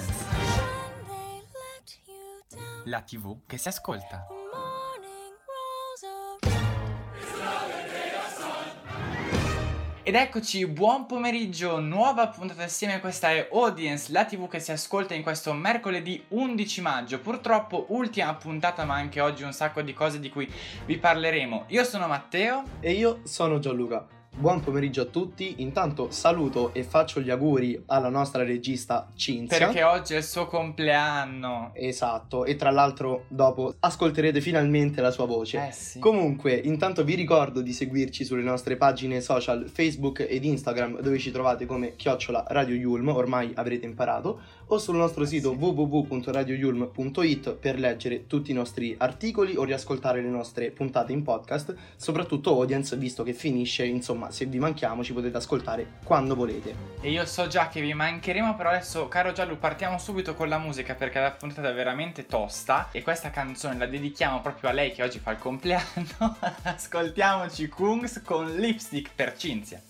La TV che si ascolta. Ed eccoci, buon pomeriggio, nuova puntata assieme, questa è Audience, la TV che si ascolta in questo mercoledì 11 maggio. Purtroppo ultima puntata, ma anche oggi un sacco di cose di cui vi parleremo. Io sono Matteo. E io sono Gianluca. Buon pomeriggio a tutti, intanto saluto e faccio gli auguri alla nostra regista Cinzia. Perché oggi è il suo compleanno. Esatto, e tra l'altro dopo ascolterete finalmente la sua voce. Sì. Comunque, intanto vi ricordo di seguirci sulle nostre pagine social Facebook ed Instagram, dove ci trovate come @radioyulm, ormai avrete imparato, o sul nostro sito www.radioyulm.it per leggere tutti i nostri articoli o riascoltare le nostre puntate in podcast, soprattutto Audience, visto che finisce, insomma, se vi manchiamo ci potete ascoltare quando volete. E io so già che vi mancheremo, però adesso, caro Gianlu, partiamo subito con la musica perché la puntata è veramente tosta e questa canzone la dedichiamo proprio a lei che oggi fa il compleanno. Ascoltiamoci Kungs con Lipstick per Cinzia.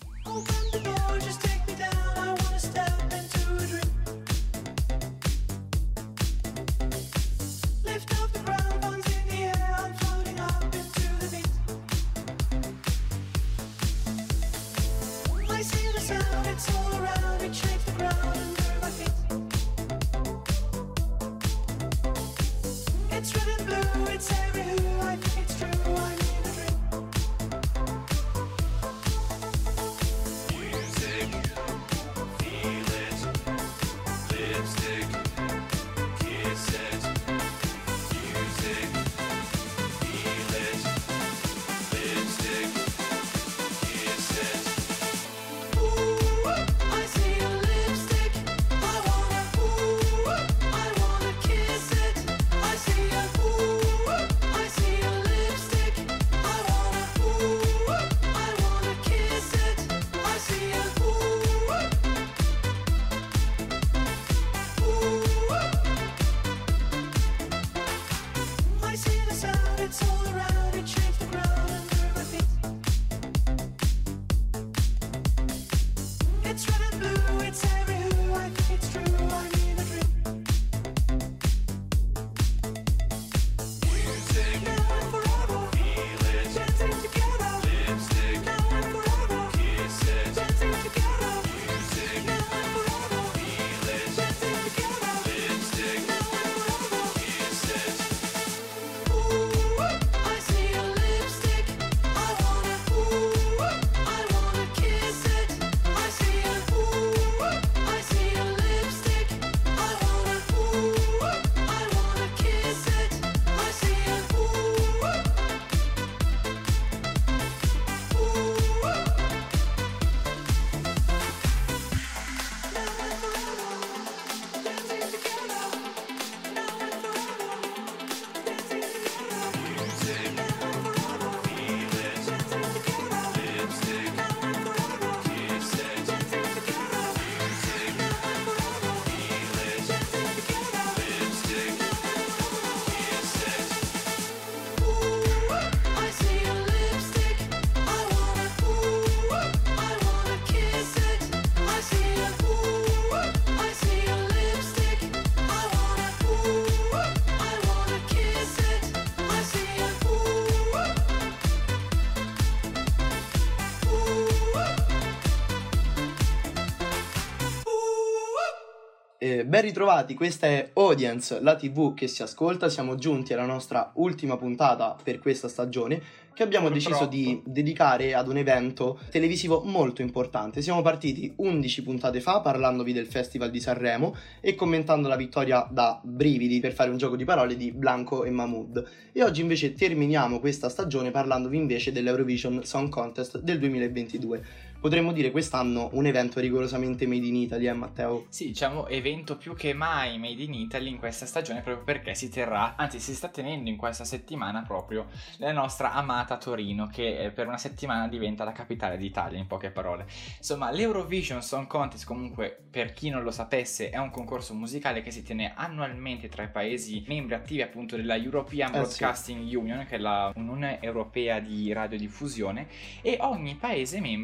Ben ritrovati, questa è Audience, la TV che si ascolta. Siamo giunti alla nostra ultima puntata per questa stagione, che abbiamo deciso di dedicare ad un evento televisivo molto importante. Siamo partiti 11 puntate fa parlandovi del Festival di Sanremo e commentando la vittoria da brividi, per fare un gioco di parole, di Blanco e Mahmood. E oggi invece terminiamo questa stagione parlandovi invece dell'Eurovision Song Contest del 2022. Potremmo dire quest'anno un evento rigorosamente made in Italy, Matteo? Sì, diciamo evento più che mai made in Italy in questa stagione, proprio perché si terrà, anzi si sta tenendo in questa settimana proprio nella nostra amata Torino, che per una settimana diventa la capitale d'Italia, in poche parole. Insomma, l'Eurovision Song Contest, comunque, per chi non lo sapesse, è un concorso musicale che si tiene annualmente tra i paesi membri attivi appunto della European Broadcasting Union, che è la Unione Europea di Radiodiffusione, e ogni paese membro presenta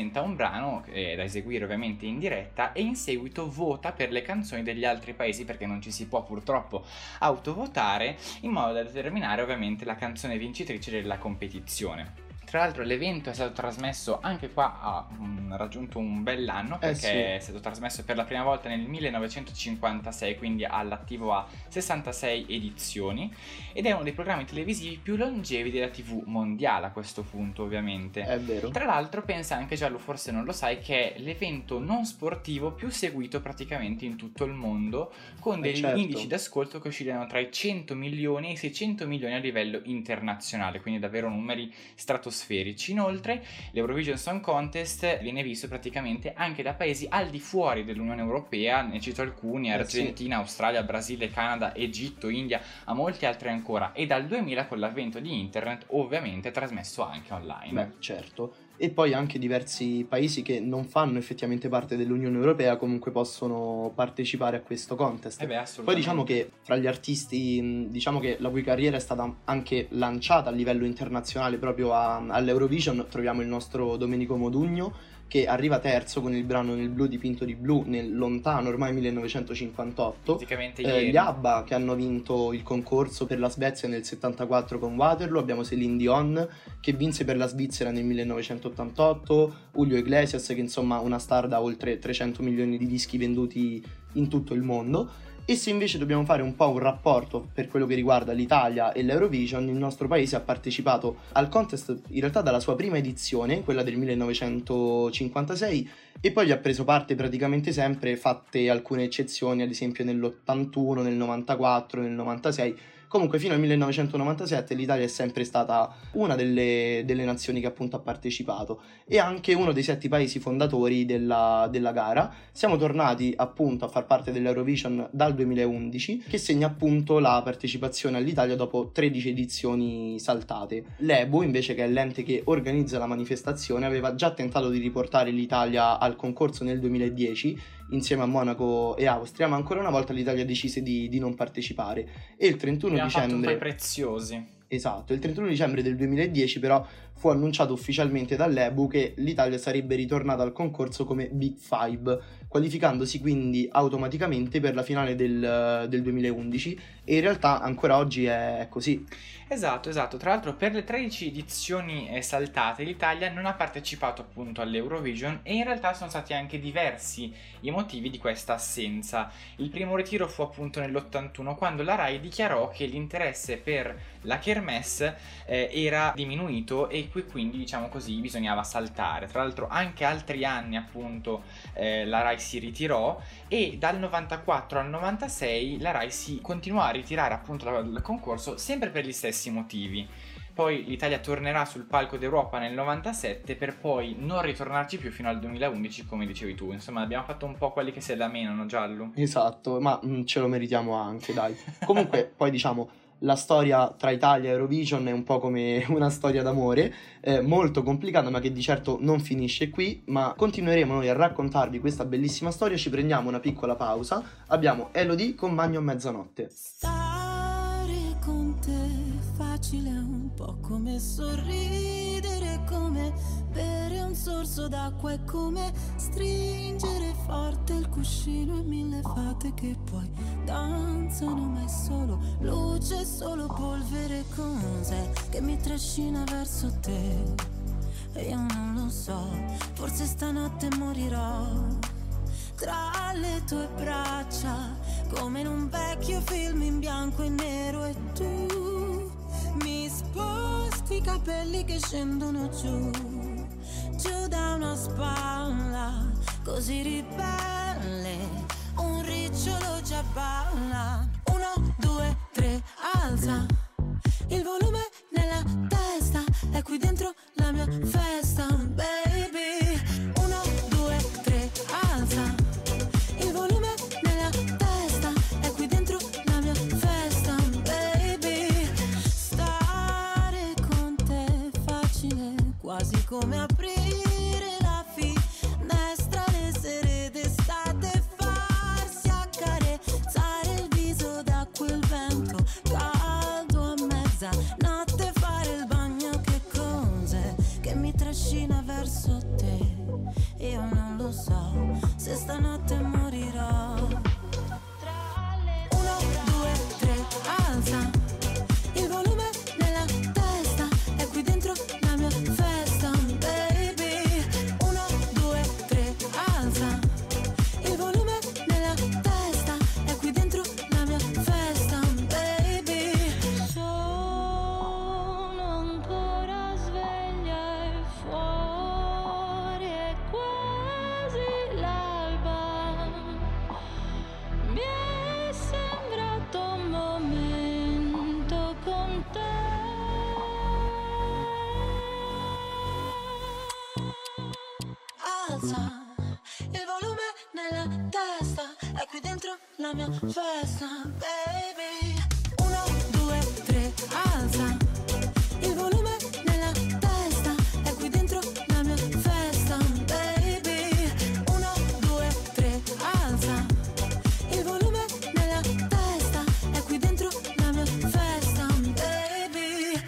presenta un brano da eseguire ovviamente in diretta e in seguito vota per le canzoni degli altri paesi, perché non ci si può purtroppo autovotare, in modo da determinare ovviamente la canzone vincitrice della competizione. Tra l'altro l'evento è stato trasmesso, anche qua ha raggiunto un bell'anno, perché sì. è stato trasmesso per la prima volta nel 1956, quindi all'attivo a 66 edizioni, ed è uno dei programmi televisivi più longevi della TV mondiale a questo punto, ovviamente. È vero. Tra l'altro pensa anche, Giallo, forse non lo sai, che è l'evento non sportivo più seguito praticamente in tutto il mondo, con degli indici d'ascolto che oscillano tra i 100 milioni e i 600 milioni a livello internazionale, quindi davvero numeri stratosferici. Inoltre l'Eurovision Song Contest viene visto praticamente anche da paesi al di fuori dell'Unione Europea, ne cito alcuni: Argentina, Australia, Brasile, Canada, Egitto, India, a molti altri ancora, e dal 2000 con l'avvento di internet ovviamente trasmesso anche online. Beh, certo. E poi anche diversi paesi che non fanno effettivamente parte dell'Unione Europea comunque possono partecipare a questo contest. Poi diciamo che fra gli artisti, diciamo che la cui carriera è stata anche lanciata a livello internazionale proprio all'Eurovision, troviamo il nostro Domenico Modugno, che arriva terzo con il brano Nel blu dipinto di blu nel lontano ormai 1958. Praticamente ieri. Gli ABBA, che hanno vinto il concorso per la Svezia nel 74 con Waterloo. Abbiamo Céline Dion, che vinse per la Svizzera nel 1988, Julio Iglesias, che insomma una star da oltre 300 milioni di dischi venduti in tutto il mondo. E se invece dobbiamo fare un po' un rapporto per quello che riguarda l'Italia e l'Eurovision, il nostro paese ha partecipato al contest in realtà dalla sua prima edizione, quella del 1956, e poi ha preso parte praticamente sempre, fatte alcune eccezioni, ad esempio nell'81, nel 94, nel 96. Comunque fino al 1997 l'Italia è sempre stata una delle nazioni che appunto ha partecipato, e anche uno dei 7 paesi fondatori della gara. Siamo tornati appunto a far parte dell'Eurovision dal 2011, che segna appunto la partecipazione all'Italia dopo 13 edizioni saltate. L'EBU, invece, che è l'ente che organizza la manifestazione, aveva già tentato di riportare l'Italia al concorso nel 2010 insieme a Monaco e Austria, ma ancora una volta l'Italia decise di non partecipare, e il 31 dicembre... un po' i preziosi. Esatto, il 31 dicembre del 2010 però fu annunciato ufficialmente dall'EBU che l'Italia sarebbe ritornata al concorso come Big Five, qualificandosi quindi automaticamente per la finale del 2011, e in realtà ancora oggi è così. Esatto. Tra l'altro per le 13 edizioni saltate l'Italia non ha partecipato appunto all'Eurovision, e in realtà sono stati anche diversi i motivi di questa assenza. Il primo ritiro fu appunto nell'81, quando la RAI dichiarò che l'interesse per la kermesse era diminuito e qui quindi, diciamo così, bisognava saltare. Tra l'altro anche altri anni appunto la RAI si ritirò, e dal 94 al 96 la RAI si continuò a ritirare appunto dal concorso sempre per gli stessi motivi. Poi l'Italia tornerà sul palco d'Europa nel 97 per poi non ritornarci più fino al 2011, come dicevi tu. Insomma, abbiamo fatto un po' quelli che se la menano, Giallo. Esatto, ma ce lo meritiamo anche, dai. Comunque poi diciamo la storia tra Italia e Eurovision è un po' come una storia d'amore, molto complicata, ma che di certo non finisce qui, ma continueremo noi a raccontarvi questa bellissima storia. Ci prendiamo una piccola pausa, abbiamo Elodie con Magno a mezzanotte. Stare con te facile, un po' come sorridere, come bere un sorso d'acqua, è come stringere forte il cuscino e 1000 fate che poi danzano, ma è solo luce, solo polvere. Cos'è che mi trascina verso te? E io non lo so, forse stanotte morirò tra le tue braccia, come in un vecchio film in bianco e nero, e tu mi sposti i capelli che scendono giù da una spalla, così ribelle, un ricciolo già balla. 1, 2, 3, alza il volume nella testa, è qui dentro la mia festa, baby. 1, 2, 3, alza il volume nella testa, è qui dentro la mia festa, baby. Stare con te è facile, quasi come aprire la finestra le sere d'estate, farsi accarezzare il viso da quel vento caldo a mezzanotte, fare il bagno, che cos'è che mi trascina verso te? alza, il volume nella testa, è qui dentro la mia festa, baby. 1, 2, 3, alza, il volume nella testa, è qui dentro la mia festa, baby. 1, 2, 3, alza, il volume nella testa, è qui dentro la mia festa, baby.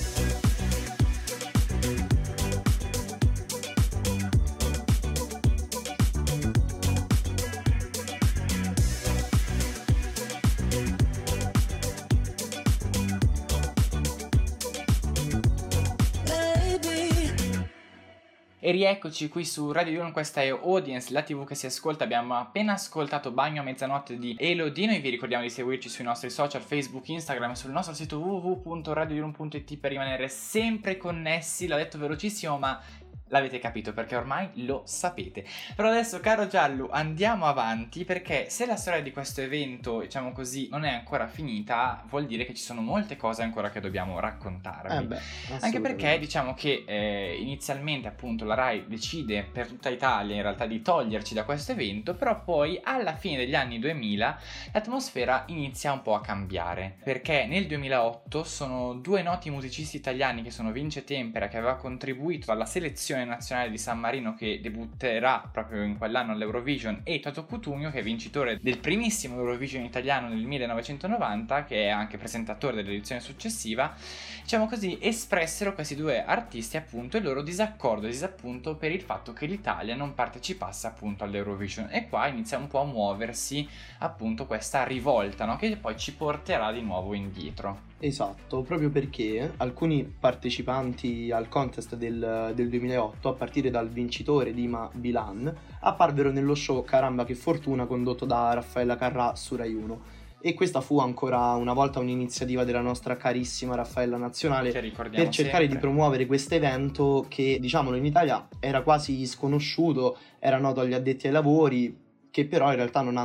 E rieccoci qui su Radio Yulm, questa è Audience, la TV che si ascolta. Abbiamo appena ascoltato Bagno a mezzanotte di Elodie. Noi vi ricordiamo di seguirci sui nostri social, Facebook, Instagram, sul nostro sito www.radioyulm.it per rimanere sempre connessi. L'ho detto velocissimo, ma l'avete capito perché ormai lo sapete. Però adesso, caro Giallo, andiamo avanti, perché se la storia di questo evento, diciamo così, non è ancora finita, vuol dire che ci sono molte cose ancora che dobbiamo raccontarvi. Anche perché diciamo che inizialmente appunto la Rai decide per tutta Italia in realtà di toglierci da questo evento, però poi alla fine degli anni 2000 l'atmosfera inizia un po' a cambiare, perché nel 2008 sono due noti musicisti italiani, che sono Vince Tempera, che aveva contribuito alla selezione nazionale di San Marino, che debutterà proprio in quell'anno all'Eurovision, e Toto Cutugno, che è vincitore del primissimo Eurovision italiano nel 1990, che è anche presentatore dell'edizione successiva. Diciamo così, espressero questi due artisti appunto il loro disaccordo e disappunto per il fatto che l'Italia non partecipasse appunto all'Eurovision, e qua inizia un po' a muoversi appunto questa rivolta, no? Che poi ci porterà di nuovo indietro. Esatto, proprio perché alcuni partecipanti al contest del 2008, a partire dal vincitore Dima Bilan, apparvero nello show Caramba che fortuna, condotto da Raffaella Carrà su Rai 1. E questa fu ancora una volta un'iniziativa della nostra carissima Raffaella Nazionale per cercare di promuovere questo evento che, diciamolo, in Italia era quasi sconosciuto, era noto agli addetti ai lavori, che però in realtà non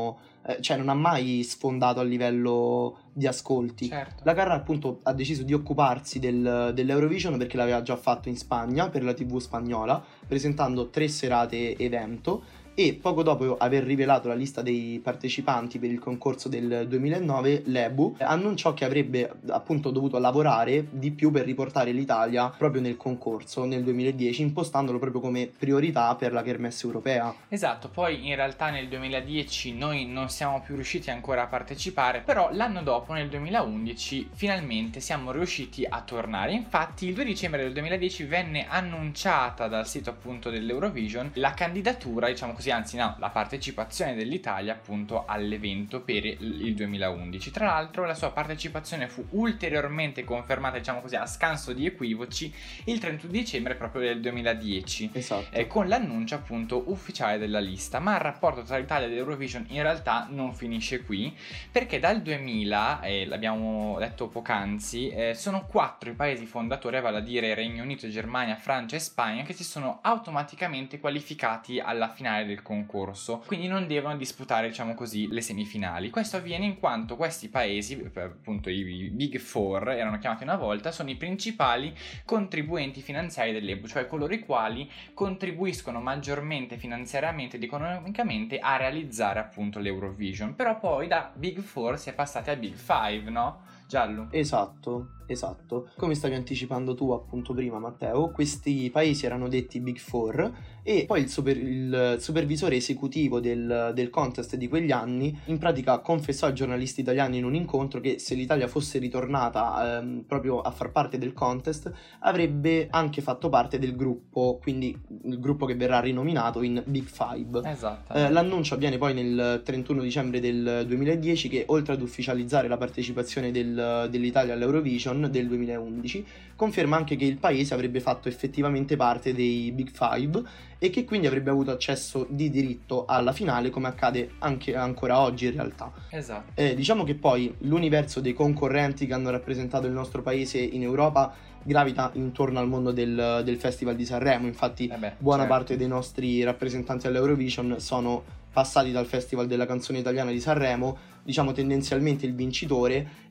ha mai sfondato a livello di ascolti. Certo. La Carrà appunto ha deciso di occuparsi dell'Eurovision, perché l'aveva già fatto in Spagna per la TV spagnola, presentando 3 serate evento, e poco dopo aver rivelato la lista dei partecipanti per il concorso del 2009, l'EBU annunciò che avrebbe appunto dovuto lavorare di più per riportare l'Italia proprio nel concorso nel 2010, impostandolo proprio come priorità per la kermesse europea. Esatto, poi in realtà nel 2010 noi non siamo più riusciti ancora a partecipare, però l'anno dopo, nel 2011, finalmente siamo riusciti a tornare. Infatti il 2 dicembre del 2010 venne annunciata dal sito appunto dell'Eurovision la candidatura, diciamo così, anzi no, la partecipazione dell'Italia appunto all'evento per il 2011. Tra l'altro la sua partecipazione fu ulteriormente confermata, diciamo così, a scanso di equivoci, il 31 dicembre proprio del 2010. Esatto. Con l'annuncio appunto ufficiale della lista. Ma il rapporto tra l'Italia e l'Eurovision in realtà non finisce qui, perché dal 2000, l'abbiamo detto poc'anzi, sono 4 i paesi fondatori, vale a dire Regno Unito, Germania, Francia e Spagna, che si sono automaticamente qualificati alla finale del concorso, quindi non devono disputare, diciamo così, le semifinali. Questo avviene in quanto questi paesi, appunto i Big Four erano chiamati una volta, sono i principali contribuenti finanziari dell'EBU, cioè coloro i quali contribuiscono maggiormente finanziariamente ed economicamente a realizzare appunto l'Eurovision. Però poi da Big Four si è passati a Big Five, no? Giallo? Esatto. Come stavi anticipando tu appunto prima, Matteo, questi paesi erano detti Big Four, e poi il supervisore esecutivo del contest di quegli anni in pratica confessò ai giornalisti italiani in un incontro che se l'Italia fosse ritornata proprio a far parte del contest avrebbe anche fatto parte del gruppo, quindi il gruppo che verrà rinominato in Big Five. Esatto. L'annuncio avviene poi nel 31 dicembre del 2010, che oltre ad ufficializzare la partecipazione dell'Italia all'Eurovision del 2011, conferma anche che il paese avrebbe fatto effettivamente parte dei Big Five e che quindi avrebbe avuto accesso di diritto alla finale, come accade anche ancora oggi in realtà. Esatto. Diciamo che poi l'universo dei concorrenti che hanno rappresentato il nostro paese in Europa gravita intorno al mondo del Festival di Sanremo. Infatti buona parte dei nostri rappresentanti all'Eurovision sono passati dal Festival della canzone italiana di Sanremo, diciamo tendenzialmente il vincitore,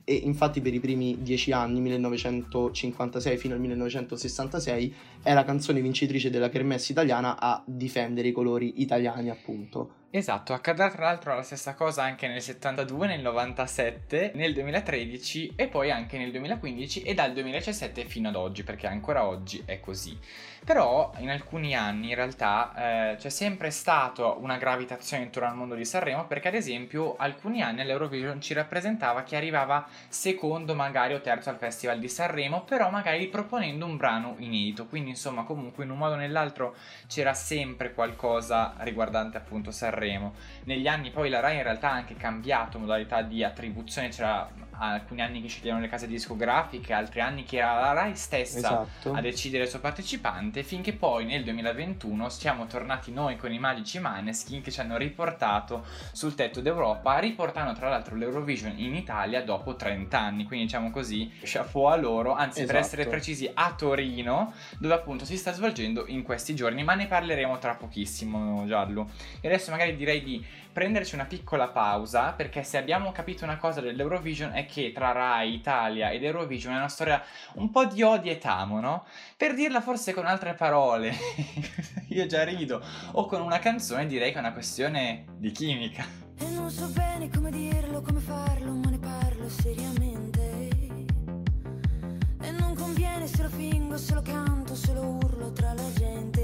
e infatti per i primi 10 anni, 1956 fino al 1966, è la canzone vincitrice della Kermesse italiana a difendere i colori italiani, appunto. Esatto, accadrà tra l'altro la stessa cosa anche nel 72, nel 97, nel 2013 e poi anche nel 2015 e dal 2017 fino ad oggi, perché ancora oggi è così. Però in alcuni anni in realtà c'è sempre stata una gravitazione intorno al mondo di Sanremo, perché ad esempio alcuni anni all'Eurovision ci rappresentava chi arrivava secondo magari o terzo al Festival di Sanremo, però magari proponendo un brano inedito, quindi insomma comunque in un modo o nell'altro c'era sempre qualcosa riguardante appunto Sanremo. Negli anni poi la Rai in realtà ha anche cambiato modalità di attribuzione, c'era alcuni anni che sceglievano le case discografiche, altri anni che era la Rai stessa a decidere il suo partecipante, finché poi nel 2021 siamo tornati noi con i magici Maneskin che ci hanno riportato sul tetto d'Europa, riportando tra l'altro l'Eurovision in Italia dopo 30 anni, quindi diciamo così, chapeau a loro, anzi per essere precisi a Torino, dove appunto si sta svolgendo in questi giorni, ma ne parleremo tra pochissimo, Giallo. E adesso magari direi di prenderci una piccola pausa, perché se abbiamo capito una cosa dell'Eurovision è che tra Rai, Italia ed Eurovision è una storia un po' di odio e tamo, no? Per dirla forse con altre parole, io già rido, o con una canzone direi che è una questione di chimica. E non so bene come dirlo, come farlo, ma ne parlo seriamente. E non conviene se lo fingo, se lo canto, se lo urlo tra la gente.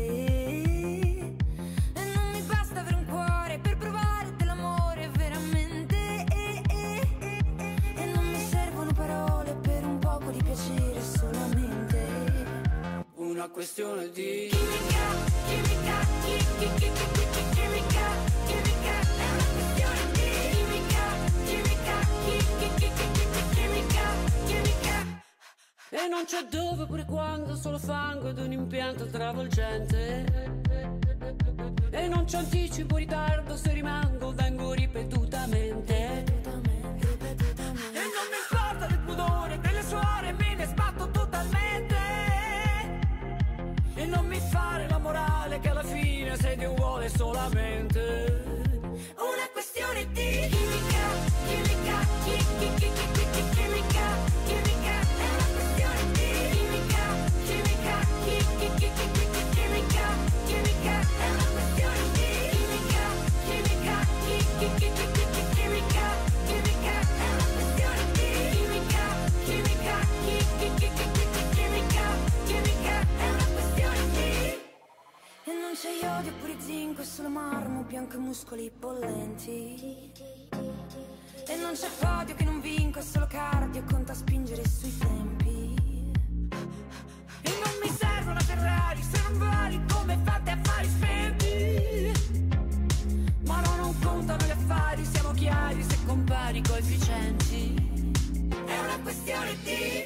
E non mi basta avere un cuore per provare dell'amore veramente. E non mi servono parole per un poco di piacere solamente. Una questione di chimica, chimica, chimica, chimica, chimica. È una questione di chimica, chimica, chimica, chimica. E non c'è dove, pure quando, solo fango ed un impianto travolgente. E non c'è anticipo, ritardo, se rimango vengo ripetutamente. E non mi importa del pudore, delle suore, me ne sbatto totalmente. E non mi fare la morale che alla fine se Dio vuole solamente una questione di chimica, chimica, chimica, chimica, chimica. È una questione di chimica, chimica, chimica, chimica. È una questione di chimica, chimica, chimica, chimica. È una questione di chimica, chimica, chimica, chimica. È una questione di. E non c'è iodio pure zinco, è solo marmo bianco e muscoli bollenti. E non c'è podio che non vinco, è solo cardio, conta spingere sui tempi. E non mi serve una Ferrari se non vali come fate affari spenti. Ma no, non contano gli affari, siamo chiari se compari i coefficienti. È una questione di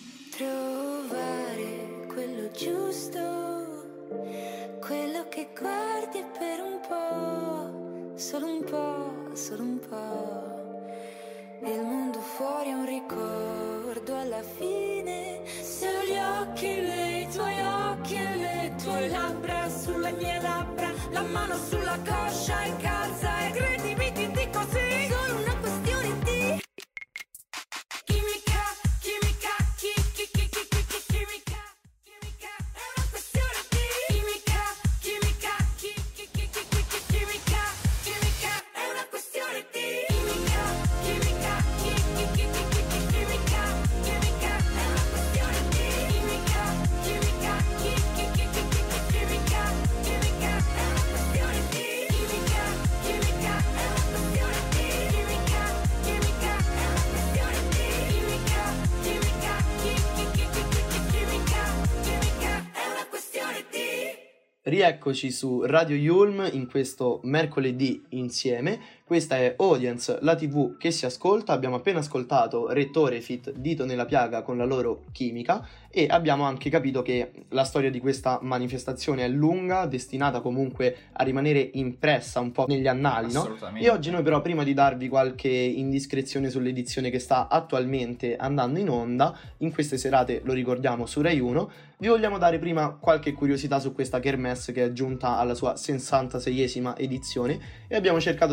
trovare quello giusto, quello che guardi per un po', solo un po', solo un po'. Il mondo fuori è un ricordo alla fine. Se ho gli occhi, i tuoi occhi e le tue labbra sulle mie labbra, la mano sulla coscia e calza e credimi ti dico sì. Solo una questione di chimica, chimica, chimica, chimica. È una questione di chimica, chimica, chimica, chimica. È una questione di chimica, chimica, chimica, chimica. È una questione di chimica, chimica, chimica, chimica. È una questione di chimica, chimica. È una questione di chimica, chimica. È una questione di chimica, chimica, chimica, chimica. È una questione di. Rieccoci su Radio Yulm in questo mercoledì insieme. Questa è Audience, la TV che si ascolta. Abbiamo appena ascoltato Rettore feat. Dito nella piaga con la loro chimica e abbiamo anche capito che la storia di questa manifestazione è lunga, destinata comunque a rimanere impressa un po' negli annali, no? Assolutamente. E oggi noi però, prima di darvi qualche indiscrezione sull'edizione che sta attualmente andando in onda, in queste serate, lo ricordiamo, su Rai 1, vi vogliamo dare prima qualche curiosità su questa kermesse che è giunta alla sua 66esima edizione e abbiamo cercato di fare una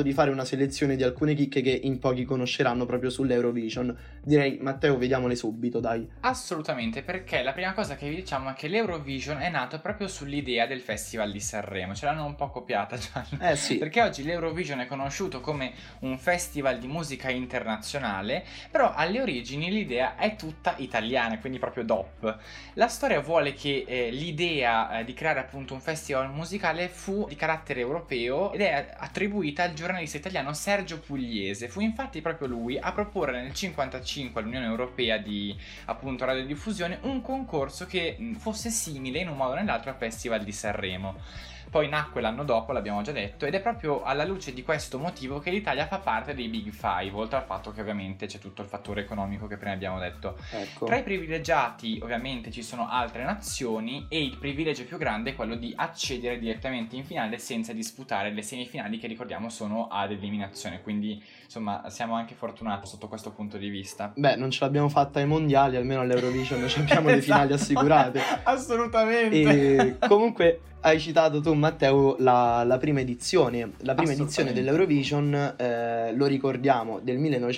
una selezione di alcune chicche che in pochi conosceranno proprio sull'Eurovision. Direi, Matteo, vediamole subito, dai. Assolutamente, perché la prima cosa che vi diciamo è che l'Eurovision è nato proprio sull'idea del Festival di Sanremo. Ce l'hanno un po' copiata già. Sì. Perché oggi l'Eurovision è conosciuto come un festival di musica internazionale, però alle origini l'idea è tutta italiana, quindi proprio DOP. La storia vuole che l'idea di creare appunto un festival musicale fu di carattere europeo ed è attribuita al giornalista italiano Sergio Pugliese. Fu infatti proprio lui a proporre nel 1955 all'Unione Europea di appunto radiodiffusione un concorso che fosse simile in un modo o nell'altro al Festival di Sanremo. Poi nacque l'anno dopo, l'abbiamo già detto, ed è proprio alla luce di questo motivo che l'Italia fa parte dei Big Five, oltre al fatto che ovviamente c'è tutto il fattore economico che prima abbiamo detto. Ecco. Tra i privilegiati ovviamente ci sono altre nazioni e il privilegio più grande è quello di accedere direttamente in finale senza disputare le semifinali che ricordiamo sono ad eliminazione, quindi insomma siamo anche fortunati sotto questo punto di vista. Beh, non ce l'abbiamo fatta ai mondiali, almeno all'Eurovision ci abbiamo le finali assicurate. Assolutamente. E comunque hai citato tu, Matteo, la prima edizione. La prima edizione dell'Eurovision, lo ricordiamo, del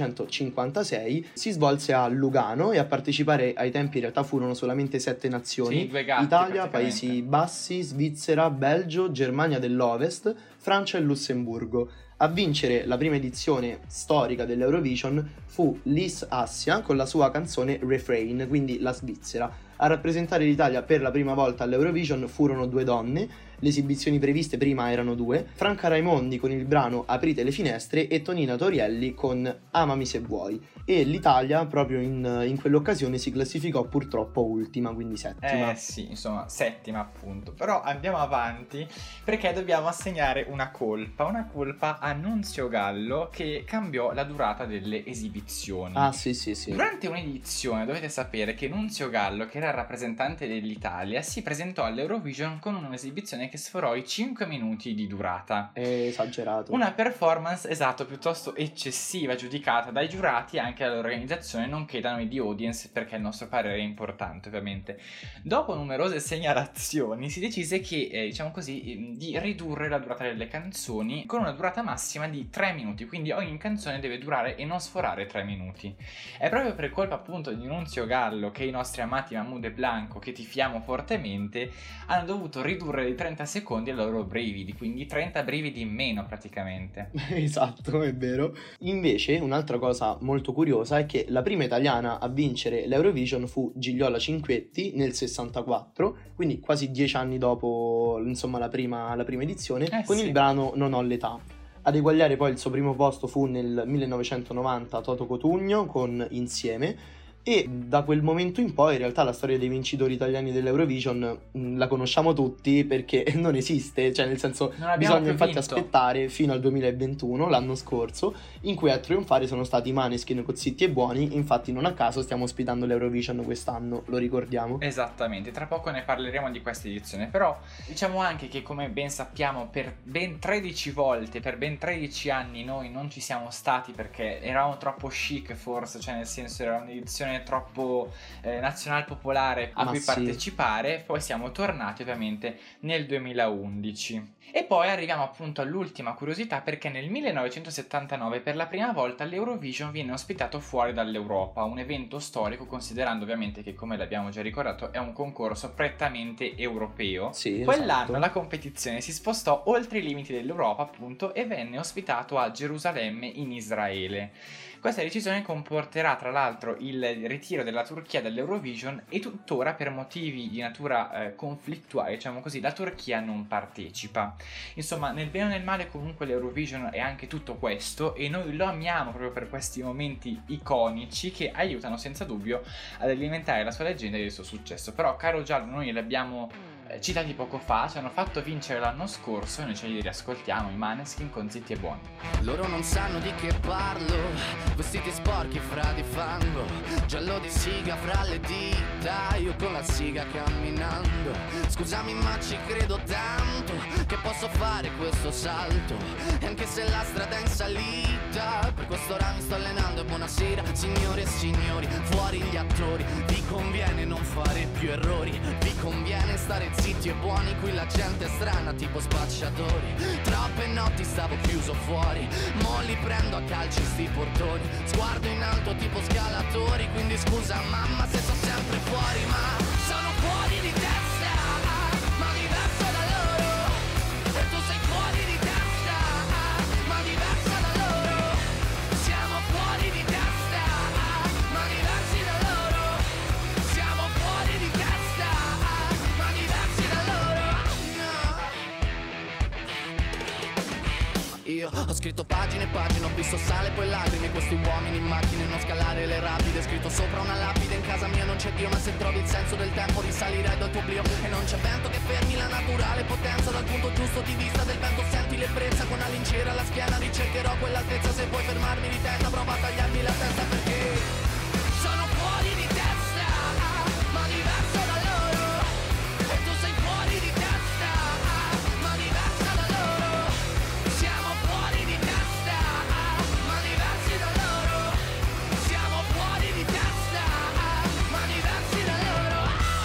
1956, si svolse a Lugano e a partecipare ai tempi in realtà furono solamente 7 nazioni. Sì, due gatti, Italia, Paesi Bassi, Svizzera, Belgio, Germania dell'Ovest, Francia e Lussemburgo. A vincere la prima edizione storica dell'Eurovision fu Liz Assia con la sua canzone Refrain, quindi la Svizzera. A rappresentare l'Italia per la prima volta all'Eurovision furono 2 donne, le esibizioni previste prima erano 2, Franca Raimondi con il brano Aprite le finestre e Tonina Torielli con Amami se vuoi. E l'Italia proprio in quell'occasione si classificò purtroppo ultima, quindi settima. Sì, insomma, settima appunto. Però andiamo avanti perché dobbiamo assegnare una colpa a Nunzio Gallo che cambiò la durata delle esibizioni. Ah, sì. Durante un'edizione dovete sapere che Nunzio Gallo, che era il rappresentante dell'Italia, si presentò all'Eurovision con un'esibizione che sforò i 5 minuti di durata. È esagerato. Una performance, esatto, piuttosto eccessiva, giudicata dai giurati e anche dall'organizzazione, nonché da noi di audience, perché il nostro parere è importante ovviamente. Dopo numerose segnalazioni si decise che, diciamo così, di ridurre la durata delle canzoni con una durata massima di 3 minuti, quindi ogni canzone deve durare e non sforare 3 minuti. È proprio per colpa appunto di Nunzio Gallo che i nostri amati Mahmood e Blanco, che tifiamo fortemente, hanno dovuto ridurre di 30 secondi i loro brividi, quindi 30 brividi in meno praticamente. Esatto, è vero. Invece un'altra cosa molto curiosa è che la prima italiana a vincere l'Eurovision fu Gigliola Cinquetti nel 64, quindi quasi 10 anni dopo, insomma, la prima edizione, con il brano Non ho l'età. Ad eguagliare poi il suo primo posto fu nel 1990 Toto Cotugno con Insieme. E da quel momento in poi in realtà la storia dei vincitori italiani dell'Eurovision la conosciamo tutti perché non esiste, cioè nel senso bisogna infatti aspettare fino al 2021, l'anno scorso, in cui a trionfare sono stati Maneskin con Zitti e Buoni. Infatti non a caso stiamo ospitando l'Eurovision quest'anno, lo ricordiamo. Esattamente, tra poco ne parleremo di questa edizione, però diciamo anche che come ben sappiamo per ben 13 volte, per ben 13 anni noi non ci siamo stati perché eravamo troppo chic forse, cioè nel senso era un'edizione troppo nazional popolare a cui partecipare. Poi siamo tornati ovviamente nel 2011 e poi arriviamo appunto all'ultima curiosità, perché nel 1979 per la prima volta l'Eurovision viene ospitato fuori dall'Europa, un evento storico considerando ovviamente che, come l'abbiamo già ricordato, è un concorso prettamente europeo. Quell'anno esatto. La competizione si spostò oltre i limiti dell'Europa appunto e venne ospitato a Gerusalemme in Israele. Questa decisione comporterà tra l'altro il ritiro della Turchia dall'Eurovision e tuttora per motivi di natura conflittuale, diciamo così, la Turchia non partecipa. Insomma, nel bene o nel male comunque l'Eurovision è anche tutto questo e noi lo amiamo proprio per questi momenti iconici che aiutano senza dubbio ad alimentare la sua leggenda e il suo successo. Però, caro Giallo, noi li abbiamo citati poco fa, ci hanno fatto vincere l'anno scorso e noi ce li riascoltiamo, i Maneskin con Zitti e Buoni. Loro non sanno di che parlo, vestiti sporchi fra di fango, giallo di siga fra le dita, io con la siga camminando. Scusami ma ci credo tanto che posso fare questo salto, e anche se la strada è in salita, per quest'ora mi sto allenando. E buonasera signore e signori, fuori gli attori, vi conviene non fare più errori, vi conviene stare zitti e buoni, qui la gente è strana tipo spacciatori. Troppe notti stavo chiuso fuori, mo li prendo a calci sti portoni, sguardo in alto tipo scalatori, quindi scusa mamma se sono sempre fuori, ma sono fuori di testa, ma diverso da loro, e tu sei fuori di testa, ma diversa da loro, siamo fuori di testa, ma diversi da loro, siamo fuori di testa, ma diversi da loro, no. Io ho scritto pagine e pagine, ho visto sale poi lacrime, questi uomini in macchine, non scalare le rapide, scritto sopra una lapide, in casa mia non c'è Dio, ma se trovi il senso del tempo risalirai dal tuo oblio, e non c'è vento che fermi la naturale potenza, dal punto giusto di vista del vento senti l'ebbrezza, con una lincera alla schiena ricercherò quell'altezza, se vuoi fermarmi di testa prova a tagliarmi la testa, perché sono fuori di testa, ma diverso da loro, e tu sei fuori di testa, ma diversa da loro, siamo fuori di testa, ma diversi da loro, siamo fuori di testa, ma diversi da loro.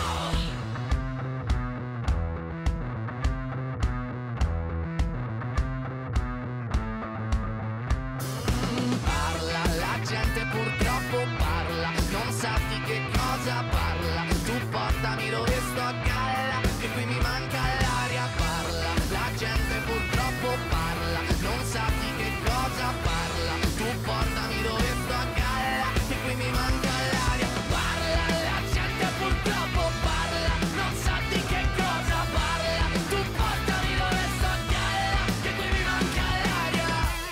Parla, la gente purtroppo parla, non sa di che cosa parla, tu portami dove sto a galla, che qui mi manca l'aria. Parla, la gente purtroppo parla, non sa di che cosa parla, tu portami dove sto a galla, che qui mi manca l'aria. Parla, la gente purtroppo parla, non sa di che cosa parla, tu portami dove sto a galla, che qui mi manca l'aria.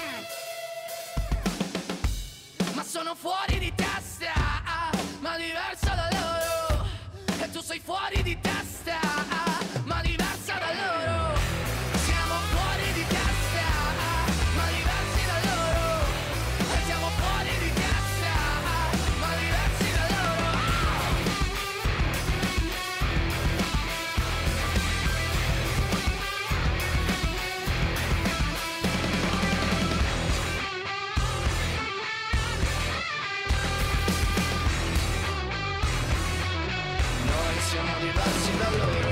Ma sono fuori di testa, ma diversa da loro, e tu sei fuori di testa, ma diversa da loro, siamo fuori di testa, ma diversi da loro, e siamo fuori di testa, ma diversi da loro. Noi siamo diversi da loro.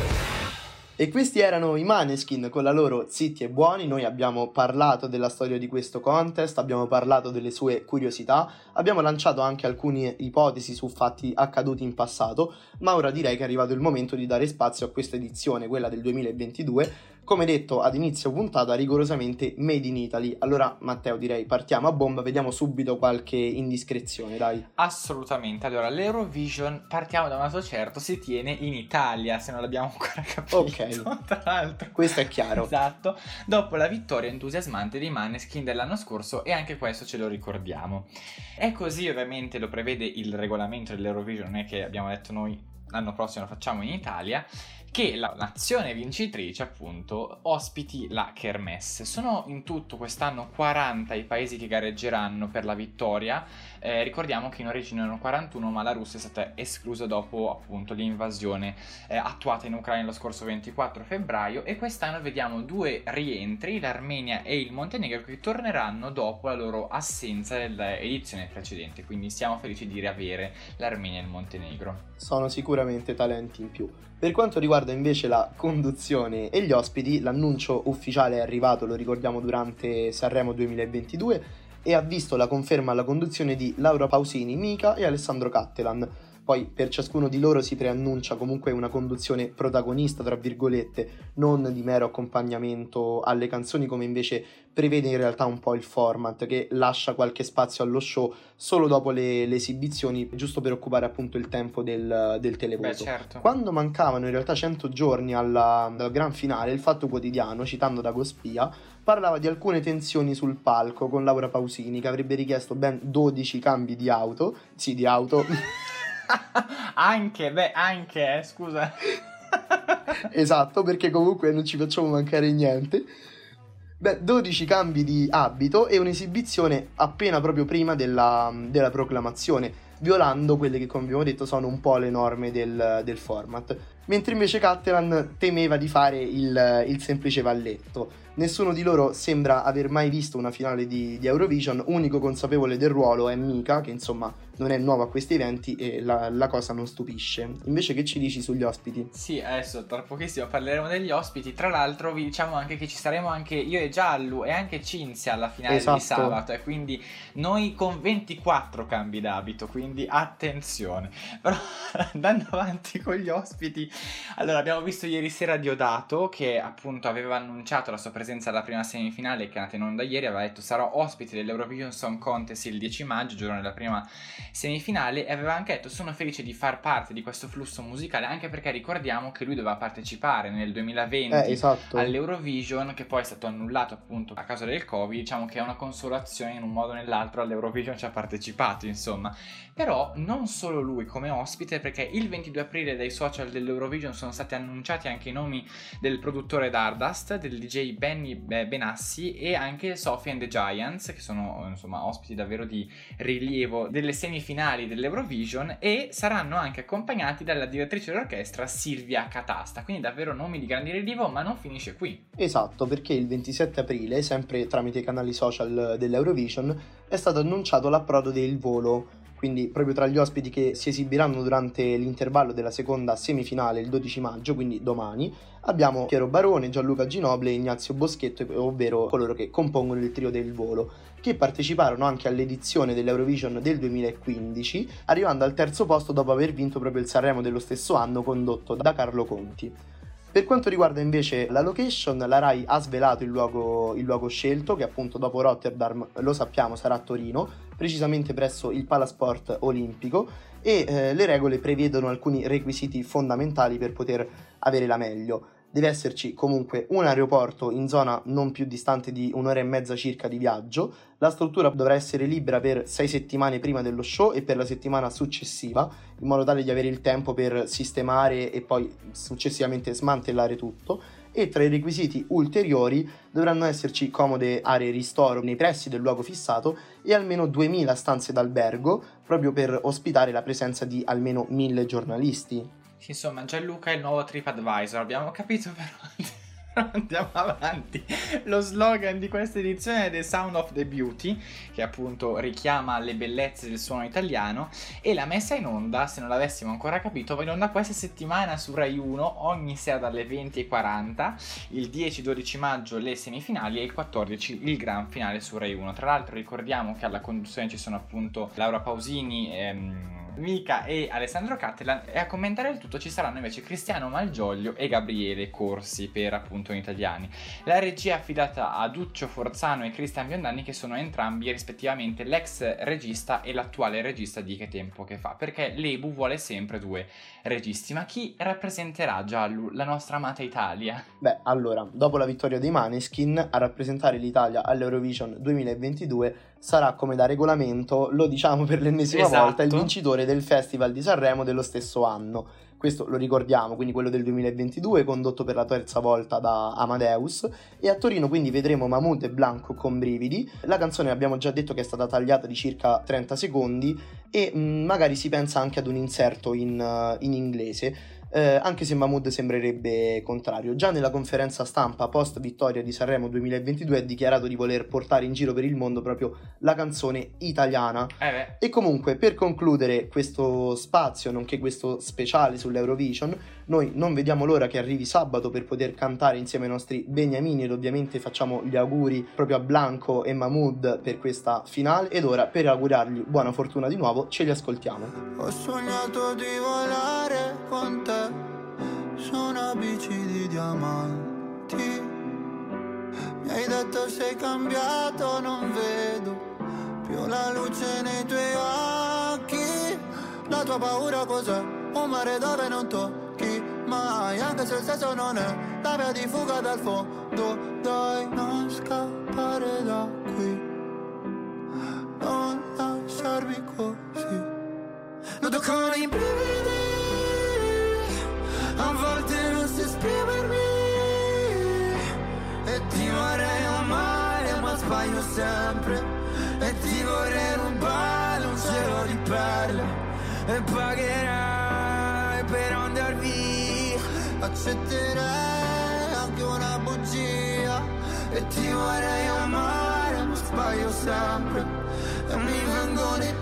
E questi erano i Maneskin con la loro Zitti e Buoni. Noi abbiamo parlato della storia di questo contest, abbiamo parlato delle sue curiosità, abbiamo lanciato anche alcune ipotesi su fatti accaduti in passato, ma ora direi che è arrivato il momento di dare spazio a questa edizione, quella del 2022, come detto ad inizio puntata, rigorosamente made in Italy. Allora Matteo, direi partiamo a bomba, vediamo subito qualche indiscrezione, dai. Assolutamente. Allora, l'Eurovision, partiamo da un lato certo, si tiene in Italia, se non l'abbiamo ancora capito. Ok, Tra l'altro, questo è chiaro. esatto, dopo la vittoria entusiasmante dei Maneskin dell'anno scorso, e anche questo ce lo ricordiamo. È così, ovviamente lo prevede il regolamento dell'Eurovision, non è che abbiamo detto noi l'anno prossimo lo facciamo in Italia, che la nazione vincitrice appunto ospiti la Kermesse. Sono in tutto quest'anno 40 i paesi che gareggeranno per la vittoria. Ricordiamo che in origine erano 41, ma la Russia è stata esclusa dopo appunto l'invasione attuata in Ucraina lo scorso 24 febbraio, e quest'anno vediamo due rientri, l'Armenia e il Montenegro, che torneranno dopo la loro assenza nell'edizione precedente, quindi siamo felici di riavere l'Armenia e il Montenegro. Sono sicuramente talenti in più. Per quanto riguarda invece la conduzione e gli ospiti, l'annuncio ufficiale è arrivato, lo ricordiamo, durante Sanremo 2022 e ha visto la conferma alla conduzione di Laura Pausini, Mika e Alessandro Cattelan. Poi per ciascuno di loro si preannuncia comunque una conduzione protagonista, tra virgolette, non di mero accompagnamento alle canzoni, come invece prevede in realtà un po' il format, che lascia qualche spazio allo show solo dopo le esibizioni, giusto per occupare appunto il tempo del televoto. Beh, certo. Quando mancavano in realtà 100 giorni al gran finale, il Fatto Quotidiano, citando Dagospia, parlava di alcune tensioni sul palco con Laura Pausini, che avrebbe richiesto ben 12 cambi di auto. Sì, di auto. anche, scusa. Esatto, perché comunque non ci facciamo mancare niente. Beh, 12 cambi di abito e un'esibizione appena proprio prima della proclamazione, violando quelle che, come abbiamo detto, sono un po' le norme del format. Mentre invece Cattelan temeva di fare il semplice valletto. Nessuno di loro sembra aver mai visto una finale di Eurovision, unico consapevole del ruolo è Mika, che insomma non è nuovo a questi eventi e la cosa non stupisce. Invece che ci dici sugli ospiti? Sì, adesso tra pochissimo parleremo degli ospiti. Tra l'altro vi diciamo anche che ci saremo anche io e Giallu e anche Cinzia alla finale di sabato, e quindi noi con 24 cambi d'abito, quindi attenzione. Però andando avanti con gli ospiti, allora abbiamo visto ieri sera Diodato, che appunto aveva annunciato la sua presenza alla prima semifinale, che è nata in onda ieri. Aveva detto sarò ospite dell'Eurovision Song Contest il 10 maggio, giorno della prima semifinale, e aveva anche detto sono felice di far parte di questo flusso musicale, anche perché ricordiamo che lui doveva partecipare nel 2020 esatto, all'Eurovision, che poi è stato annullato appunto a causa del Covid. Diciamo che è una consolazione, in un modo o nell'altro all'Eurovision ci ha partecipato, insomma. Però non solo lui come ospite, perché il 22 aprile dai social dell'Eurovision sono stati annunciati anche i nomi del produttore Dardust, del DJ Benny Benassi e anche Sophie and the Giants, che sono insomma ospiti davvero di rilievo delle semifinali dell'Eurovision, e saranno anche accompagnati dalla direttrice dell'orchestra Silvia Catasta, quindi davvero nomi di grande rilievo. Ma non finisce qui. Esatto, perché il 27 aprile, sempre tramite i canali social dell'Eurovision, è stato annunciato l'approdo del volo. Quindi proprio tra gli ospiti che si esibiranno durante l'intervallo della seconda semifinale il 12 maggio, quindi domani, abbiamo Piero Barone, Gianluca Ginoble e Ignazio Boschetto, ovvero coloro che compongono il trio del volo, che parteciparono anche all'edizione dell'Eurovision del 2015, arrivando al terzo posto dopo aver vinto proprio il Sanremo dello stesso anno condotto da Carlo Conti. Per quanto riguarda invece la location, la Rai ha svelato il luogo scelto, che appunto dopo Rotterdam, lo sappiamo, sarà a Torino, precisamente presso il Palasport Olimpico, e le regole prevedono alcuni requisiti fondamentali per poter avere la meglio. Deve esserci comunque un aeroporto in zona non più distante di 1 ora e mezza circa di viaggio. La struttura dovrà essere libera per 6 settimane prima dello show e per la settimana successiva, in modo tale di avere il tempo per sistemare e poi successivamente smantellare tutto. E tra i requisiti ulteriori dovranno esserci comode aree ristoro nei pressi del luogo fissato e almeno 2000 stanze d'albergo, proprio per ospitare la presenza di almeno 1000 giornalisti. Insomma, Gianluca è il nuovo TripAdvisor, abbiamo capito, però andiamo avanti. Lo slogan di questa edizione è The Sound of the Beauty, che appunto richiama le bellezze del suono italiano, e la messa in onda, se non l'avessimo ancora capito, va in onda questa settimana su Rai 1 ogni sera dalle 20:40, il 10-12 maggio le semifinali e il 14 il gran finale su Rai 1. Tra l'altro ricordiamo che alla conduzione ci sono appunto Laura Pausini, Mika e Alessandro Cattelan, e a commentare il tutto ci saranno invece Cristiano Malgioglio e Gabriele Corsi per appunto in italiani. La regia è affidata a Duccio Forzano e Cristian Biondanni, che sono entrambi rispettivamente l'ex regista e l'attuale regista di Che tempo che fa, perché l'Ebu vuole sempre 2 registi. Ma chi rappresenterà, Giallu, la nostra amata Italia? Beh, allora, dopo la vittoria dei Maneskin, a rappresentare l'Italia all'Eurovision 2022 sarà, come da regolamento, lo diciamo per l'ennesima volta, il vincitore del Festival di Sanremo dello stesso anno. Questo lo ricordiamo, quindi quello del 2022, condotto per la terza volta da Amadeus, e a Torino quindi vedremo Mahmood e Blanco con Brividi. La canzone abbiamo già detto che è stata tagliata di circa 30 secondi e magari si pensa anche ad un inserto in inglese. Anche se Mahmood sembrerebbe contrario. Già nella conferenza stampa post vittoria di Sanremo 2022 ha dichiarato di voler portare in giro per il mondo proprio la canzone italiana. E comunque, per concludere questo spazio, nonché questo speciale sull'Eurovision, noi non vediamo l'ora che arrivi sabato per poter cantare insieme ai nostri beniamini, ed ovviamente facciamo gli auguri proprio a Blanco e Mahmood per questa finale. Ed ora, per augurargli buona fortuna di nuovo, ce li ascoltiamo. Ho sognato di volare con te su una bici di diamanti. Mi hai detto sei cambiato, non vedo più la luce nei tuoi occhi. La tua paura cos'è? Un mare dove non tocchi mai, anche se il senso non è la via di fuga dal fondo. Dai, non scappare da qui, non lasciarmi così. Noto con i brividi, a volte non so esprimermi, e ti vorrei amare sbaglio sempre. E ti vorrei rubare un cielo di perle. E pagherai per andar via. Accetterei anche una bugia. E ti vorrei amare, ma sbaglio sempre. E mi vengono i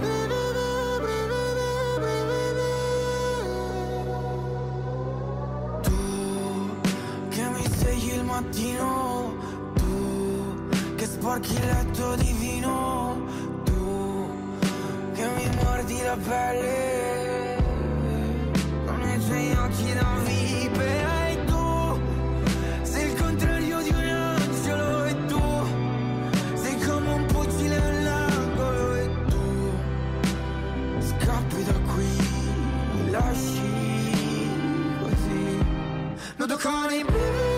il mattino, tu che sporchi il letto di vino, tu che mi mordi la pelle con i tuoi occhi da vipera. E tu sei il contrario di un angelo. E tu sei come un fucile all'angolo. E tu scappi da qui, mi lasci così, nudo con i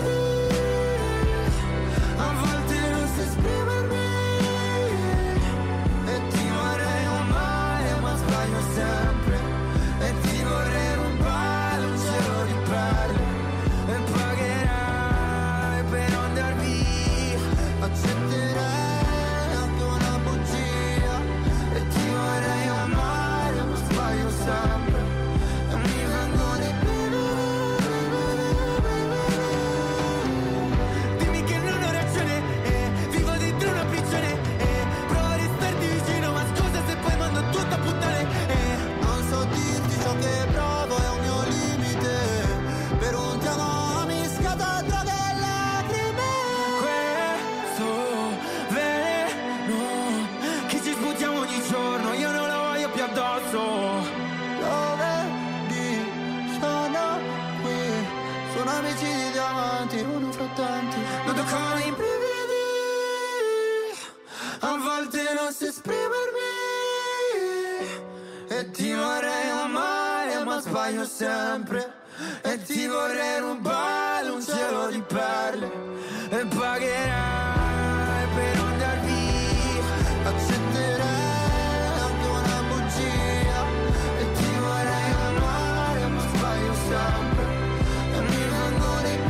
sempre. E ti vorrei rubare un cielo di perle. E pagherai per andar via. Accetterai anche una bugia. E ti vorrei amare, ma sbaglio sempre. E mi vengono i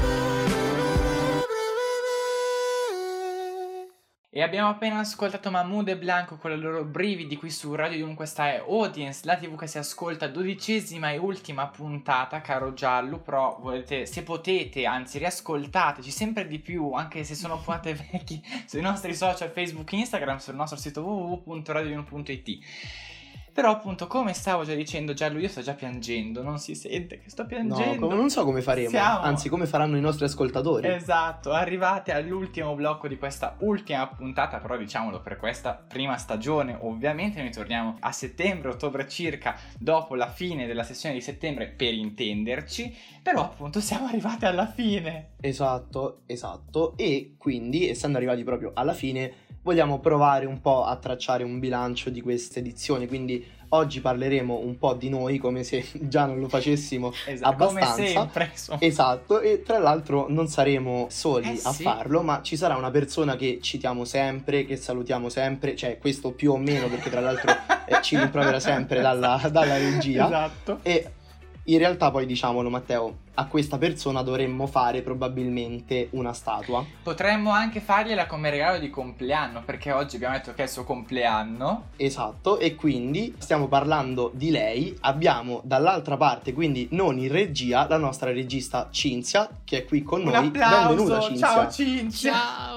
E abbiamo appena ascoltato Mahmood e Blanco con i loro brividi qui su Radio Yulm. Questa è Audience, la TV che si ascolta, 12ª e ultima puntata, caro Giallo. Però se potete, anzi riascoltateci sempre di più, anche se sono puntate vecchie, sui nostri social Facebook e Instagram, sul nostro sito www.radioyulm.it. Però appunto, come stavo già dicendo, Giallo, io sto già piangendo, non si sente che sto piangendo. No, non so come faremo, anzi come faranno i nostri ascoltatori. Esatto, arrivate all'ultimo blocco di questa ultima puntata, però diciamolo, per questa prima stagione. Ovviamente noi torniamo a settembre, ottobre circa, dopo la fine della sessione di settembre, per intenderci. Però appunto siamo arrivati alla fine. Esatto, e quindi, essendo arrivati proprio alla fine, vogliamo provare un po' a tracciare un bilancio di queste edizioni, quindi oggi parleremo un po' di noi, come se già non lo facessimo abbastanza. Come sempre, insomma. Esatto, e tra l'altro non saremo soli a sì. farlo, ma ci sarà una persona che citiamo sempre, che salutiamo sempre, cioè questo più o meno, perché tra l'altro ci rimprovera sempre dalla regia. Esatto. E in realtà poi, diciamolo Matteo, a questa persona dovremmo fare probabilmente una statua. Potremmo anche fargliela come regalo di compleanno, perché oggi abbiamo detto che è il suo compleanno. Esatto, e quindi stiamo parlando di lei. Abbiamo dall'altra parte, quindi non in regia, la nostra regista Cinzia, che è qui con noi. Un applauso! Benvenuta Cinzia. Ciao Cinzia!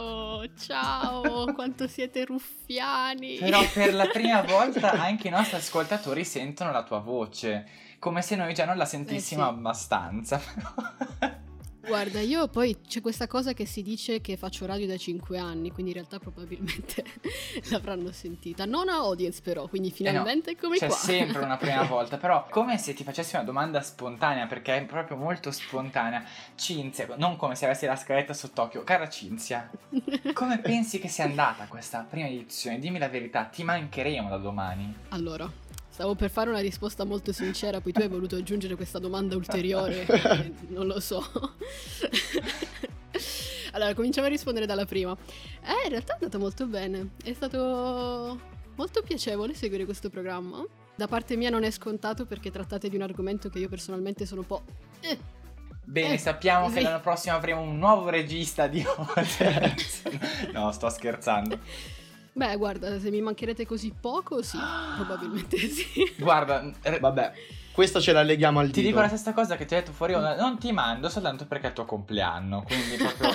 Ciao, quanto siete ruffiani! Però per la prima volta anche i nostri ascoltatori sentono la tua voce, come se noi già non la sentissimo sì. abbastanza. Guarda, io poi c'è questa cosa che si dice che faccio radio da 5 anni, quindi in realtà probabilmente l'avranno sentita. Non a Audience però, quindi finalmente eccomi c'è qua. C'è sempre una prima volta, però come se ti facessi una domanda spontanea, perché è proprio molto spontanea. Cinzia, non come se avessi la scaletta sott'occhio. Cara Cinzia, come pensi che sia andata questa prima edizione? Dimmi la verità, ti mancheremo da domani. Allora, stavo per fare una risposta molto sincera, poi tu hai voluto aggiungere questa domanda ulteriore, non lo so. Allora, cominciamo a rispondere dalla prima. In realtà è andata molto bene, è stato molto piacevole seguire questo programma. Da parte mia non è scontato perché trattate di un argomento che io personalmente sono un po'... Bene, sappiamo che l'anno prossimo avremo un nuovo regista di Audience. No, sto scherzando. Beh, guarda, se mi mancherete così poco, sì, probabilmente sì. Guarda, vabbè, questa ce la leghiamo al dito. Ti dico la stessa cosa che ti ho detto fuori onda, non ti mando soltanto perché è il tuo compleanno, quindi proprio...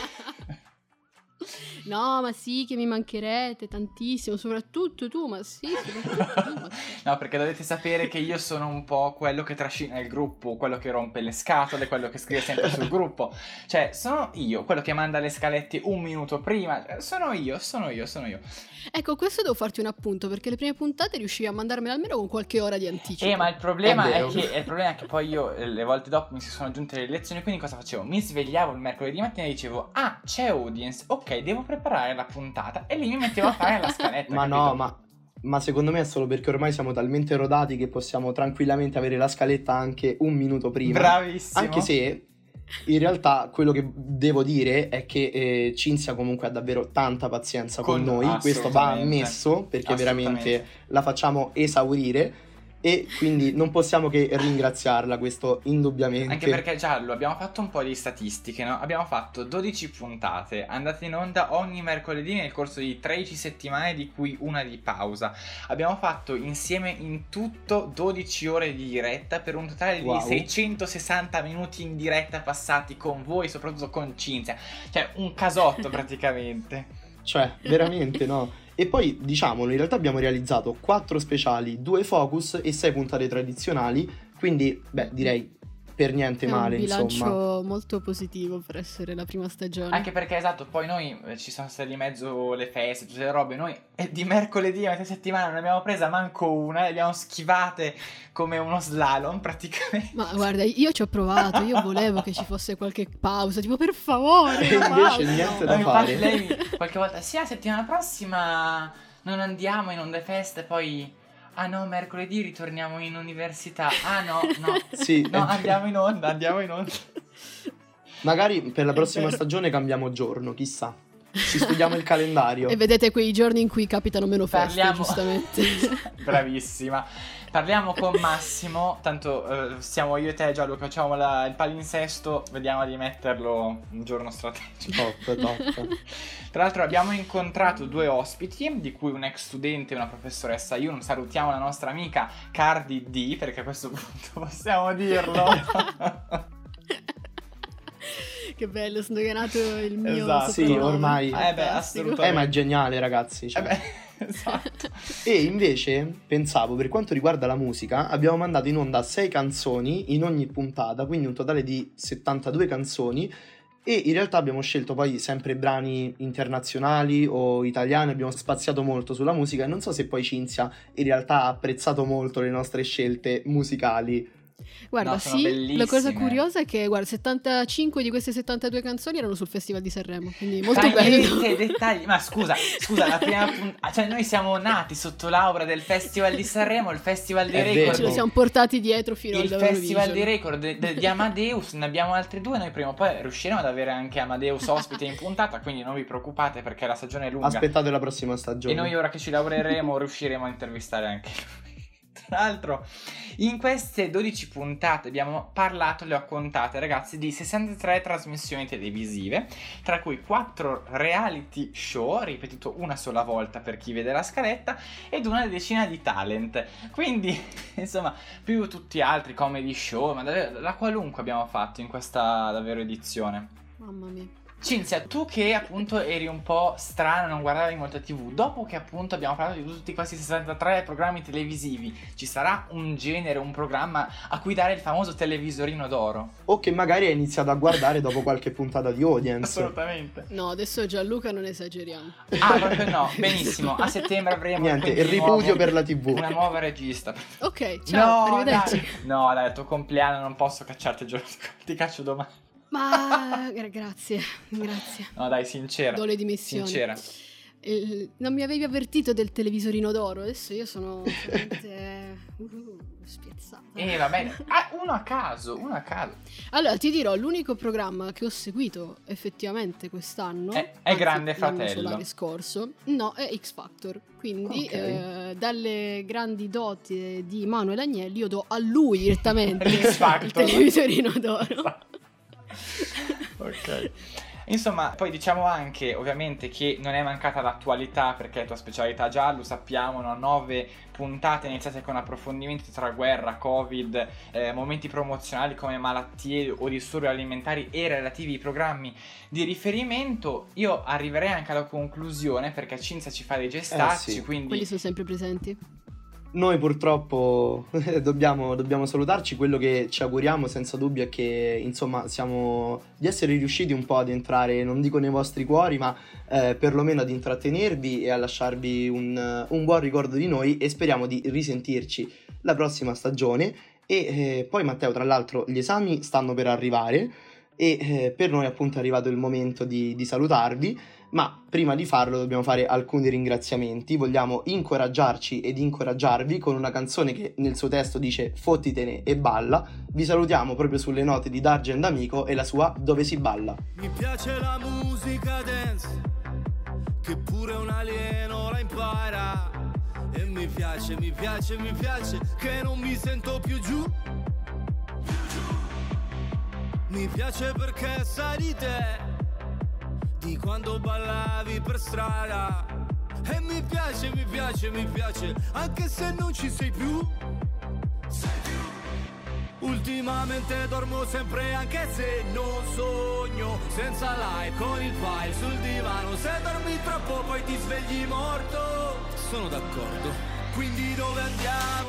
No, ma sì, che mi mancherete tantissimo, soprattutto tu, ma sì, soprattutto tu. Ma... No, perché dovete sapere che io sono un po' quello che trascina il gruppo, quello che rompe le scatole, quello che scrive sempre sul gruppo. Cioè, sono io, quello che manda le scalette un minuto prima. Sono io. Ecco, questo devo farti un appunto, perché le prime puntate riuscivi a mandarmele almeno con qualche ora di anticipo. Ma il problema è che poi io le volte dopo mi si sono aggiunte le lezioni, quindi cosa facevo? Mi svegliavo il mercoledì mattina e dicevo: ah, c'è Audience, ok, devo preparare la puntata, e lì mi mettevo a fare la scaletta. Ma capito? no, ma secondo me è solo perché ormai siamo talmente rodati che possiamo tranquillamente avere la scaletta anche un minuto prima. Bravissimo. Anche se in realtà quello che devo dire è che Cinzia comunque ha davvero tanta pazienza con noi, questo va ammesso, perché veramente la facciamo esaurire. E quindi non possiamo che ringraziarla, questo indubbiamente. Anche perché, Giallo, abbiamo fatto un po' di statistiche, no? Abbiamo fatto 12 puntate, andate in onda ogni mercoledì nel corso di 13 settimane, di cui una di pausa. Abbiamo fatto insieme in tutto 12 ore di diretta, per un totale di 660 minuti in diretta passati con voi, soprattutto con Cinzia. Cioè, un casotto praticamente. Cioè, veramente, no? E poi, diciamolo, in realtà abbiamo realizzato 4 speciali, 2 focus e 6 puntate tradizionali, quindi, beh, direi per niente male, insomma. È un bilancio molto positivo per essere la prima stagione. Anche perché, esatto, poi noi ci sono state di mezzo le feste, tutte le robe, noi di mercoledì a metà settimana non ne abbiamo presa manco una, le abbiamo schivate come uno slalom praticamente. Ma guarda, io ci ho provato, io volevo che ci fosse qualche pausa, tipo per favore, e invece niente da fare. Lei qualche volta, sì, la settimana prossima non andiamo in onde feste, poi... Ah no, mercoledì ritorniamo in università. Ah no. Sì, no, andiamo in onda. Magari per la prossima stagione cambiamo giorno, chissà. Ci studiamo il calendario. E vedete quei giorni in cui capitano meno feste, giustamente. Bravissima. Parliamo con Massimo, tanto siamo io e te, Giallo, che facciamo il palinsesto, vediamo di metterlo un giorno strategico. Top. Tra l'altro abbiamo incontrato 2 ospiti, di cui un ex studente e una professoressa Yun. Salutiamo la nostra amica Cardi D, perché a questo punto possiamo dirlo. Che bello, sdoganato il mio. Esatto. Sì, ormai. Assolutamente. Ma è geniale, ragazzi. Cioè. Esatto. E invece, pensavo, per quanto riguarda la musica, abbiamo mandato in onda 6 canzoni in ogni puntata, quindi un totale di 72 canzoni. E in realtà abbiamo scelto poi sempre brani internazionali o italiani, abbiamo spaziato molto sulla musica. E non so se poi Cinzia in realtà ha apprezzato molto le nostre scelte musicali. Guarda, no, sì, bellissime. La cosa curiosa è che, guarda, 75 di queste 72 canzoni erano sul Festival di Sanremo, quindi molto bello. Dettagli. Ma scusa, la prima cioè noi siamo nati sotto l'aura del Festival di Sanremo, il Festival dei Record. Ce lo siamo portati dietro fino al Festival dei Record di Amadeus, ne abbiamo altri 2, noi prima o poi riusciremo ad avere anche Amadeus ospite in puntata, quindi non vi preoccupate perché la stagione è lunga. Aspettate la prossima stagione. E noi ora che ci lavoreremo riusciremo a intervistare anche lui. Tra l'altro, in queste 12 puntate abbiamo parlato, le ho contate, ragazzi, di 63 trasmissioni televisive, tra cui 4 reality show, ripetuto una sola volta per chi vede la scaletta, ed una decina di talent. Quindi, insomma, più tutti altri comedy show, ma davvero la qualunque abbiamo fatto in questa davvero edizione. Mamma mia. Cinzia, tu che appunto eri un po' strano, non guardavi molta TV, dopo che appunto abbiamo parlato di tutti questi 63 programmi televisivi, ci sarà un genere, un programma a cui dare il famoso televisorino d'oro? O che magari hai iniziato a guardare dopo qualche puntata di Audience. Assolutamente. No, adesso Gianluca non esageriamo. Ah, proprio no, benissimo. A settembre avremo niente, il ripudio per la TV. Una nuova regista. Ok, ciao, arrivederci. Dai, il tuo compleanno non posso cacciarti il giorno, ti caccio domani. Ma grazie. No dai, sincera. Do le dimissioni. Sincera. Non mi avevi avvertito del televisorino d'oro? Adesso io sono veramente spiazzata. Va bene. Uno a caso. Allora ti dirò, l'unico programma che ho seguito effettivamente quest'anno è Grande Fratello. L'anno solare scorso. No, è X Factor. Quindi dalle grandi doti di Manuel Agnelli io do a lui direttamente il televisorino d'oro. Ok. Insomma, poi diciamo anche ovviamente che non è mancata l'attualità, perché è la tua specialità, Giallo, sappiamo, no? 9 puntate iniziate con approfondimenti tra guerra, covid, momenti promozionali come malattie o disturbi alimentari e relativi programmi di riferimento. Io arriverei anche alla conclusione, perché Cinzia ci fa dei gestacci, sì. quindi... Quelli sono sempre presenti. Noi purtroppo dobbiamo salutarci. Quello che ci auguriamo senza dubbio è che, insomma, di essere riusciti un po' ad entrare, non dico nei vostri cuori, ma perlomeno ad intrattenervi e a lasciarvi un buon ricordo di noi, e speriamo di risentirci la prossima stagione. E poi, Matteo, tra l'altro gli esami stanno per arrivare e per noi appunto è arrivato il momento di salutarvi. Ma prima di farlo dobbiamo fare alcuni ringraziamenti. Vogliamo incoraggiarci ed incoraggiarvi con una canzone che nel suo testo dice fottitene e balla. Vi salutiamo proprio sulle note di Dargen D'Amico e la sua Dove si balla. Mi piace la musica dance, che pure un alieno la impara. E mi piace che non mi sento più giù. Mi piace perché sai di te, di quando ballavi per strada. E mi piace, anche se non ci sei più. Ultimamente dormo sempre anche se non sogno, senza like con il file sul divano. Se dormi troppo poi ti svegli morto. Sono d'accordo, quindi dove andiamo?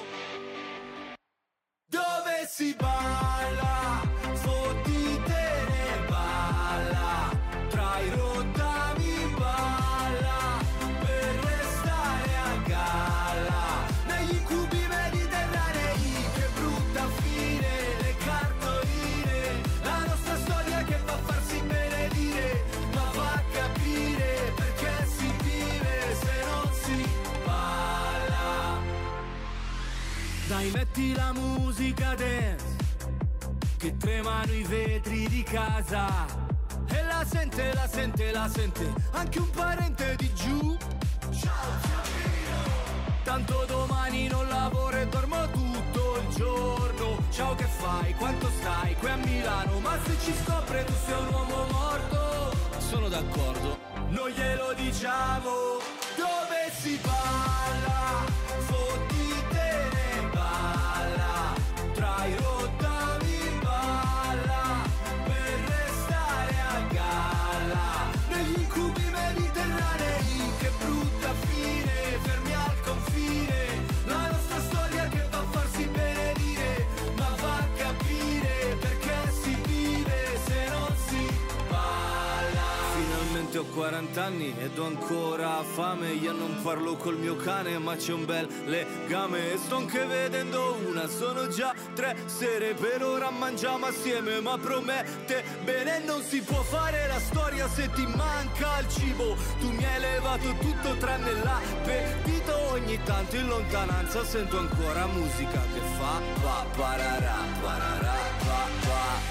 Dove si balla, fottitene balla, tra i rottami balla, per restare a galla, negli incubi mediterranei, che brutta fine, le cartoline, la nostra storia che fa farsi benedire, ma fa capire perché si vive se non si balla. Dai, metti la musica dance, che tremano i vetri di casa, e la sente anche un parente di giù. Ciao tanto domani non lavoro e dormo tutto il giorno. Ciao, che fai? Quanto stai? Qui a Milano, ma se ci scopre tu sei un uomo morto. Sono d'accordo, noi glielo diciamo. Dove si balla, fottitene balla, tra i rottami balla, per restare a galla, negli incubi mediterranei, che brutta fine, fermi al confine, la nostra storia che fa farsi benedire, ma fa capire perché si vive se non si balla. Finalmente ho 40 anni ed ho ancora fame, io non parlo col mio cane ma c'è un bel legame, e sto anche vedendo una, sono già 3 sere, per ora mangiamo assieme, ma promette bene, non si può fare la storia se ti manca il cibo. Tu mi hai levato tutto tranne l'appetito, ogni tanto in lontananza sento ancora musica che fa pa pararà pararà pa pa.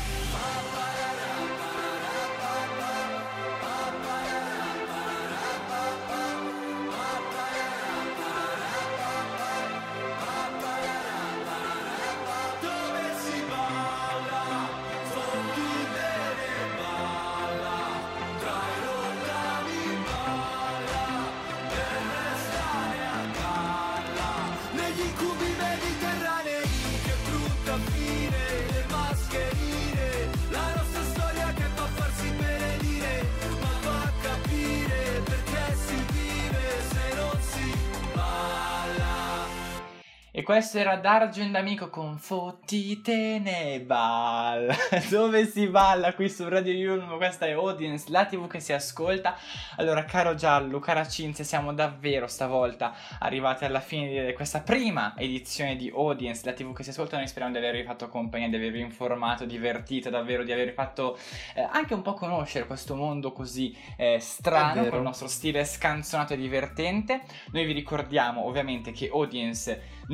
E questo era Dargen D'Amico con fottitene balla. Dove si balla qui su Radio Yulm. Questa è Audience, la TV che si ascolta. Allora, caro Giallo, cara Cinzia, siamo davvero stavolta arrivati alla fine di questa prima edizione di Audience, la TV che si ascolta. Noi speriamo di avervi fatto compagnia, di avervi informato, divertito, davvero di avervi fatto anche un po' conoscere questo mondo così strano, con il nostro stile scanzonato e divertente. Noi vi ricordiamo ovviamente che Audience non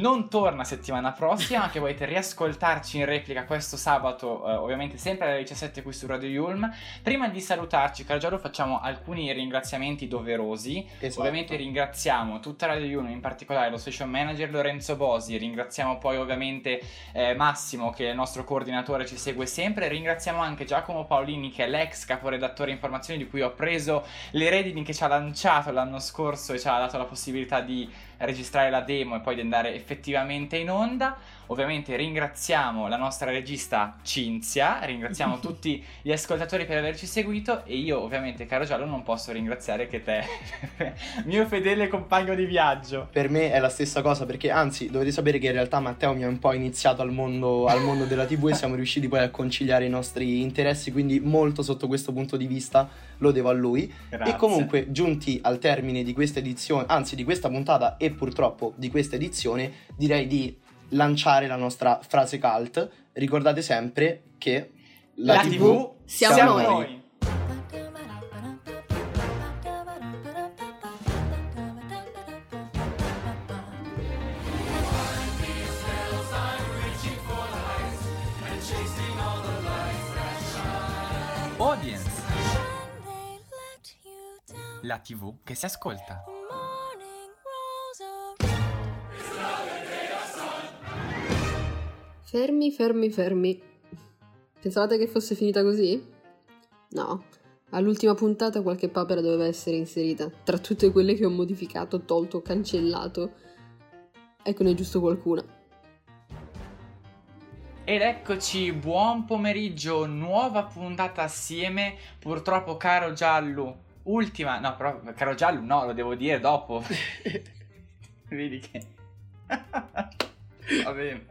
non torna settimana prossima, anche potete riascoltarci in replica questo sabato, ovviamente sempre alle 17 qui su Radio Yulm. Prima di salutarci, caro Giallo, facciamo alcuni ringraziamenti doverosi. Esatto. Ovviamente ringraziamo tutta Radio Yulm, in particolare lo station manager Lorenzo Bosi, ringraziamo poi ovviamente Massimo, che è il nostro coordinatore, ci segue sempre. Ringraziamo anche Giacomo Paolini, che è l'ex caporedattore informazioni, di cui ho preso le redini, che ci ha lanciato l'anno scorso e ci ha dato la possibilità di registrare la demo e poi di andare effettivamente in onda. Ovviamente ringraziamo la nostra regista Cinzia, ringraziamo tutti gli ascoltatori per averci seguito, e io ovviamente, caro Giallo, non posso ringraziare che te, mio fedele compagno di viaggio. Per me è la stessa cosa, perché anzi dovete sapere che in realtà Matteo mi ha un po' iniziato al mondo della TV e siamo riusciti poi a conciliare i nostri interessi, quindi molto sotto questo punto di vista lo devo a lui. Grazie. E comunque, giunti al termine di questa edizione, anzi di questa puntata e purtroppo di questa edizione, direi di lanciare la nostra frase cult. Ricordate sempre che la TV siamo noi. Audience, la TV che si ascolta. Fermi. Pensavate che fosse finita così? No. All'ultima puntata qualche papera doveva essere inserita. Tra tutte quelle che ho modificato, tolto, cancellato. Eccone giusto qualcuna. Ed eccoci, buon pomeriggio, nuova puntata assieme. Purtroppo, caro Giallo, ultima... No, però, caro Giallo, no, lo devo dire dopo. Vedi che... Va bene.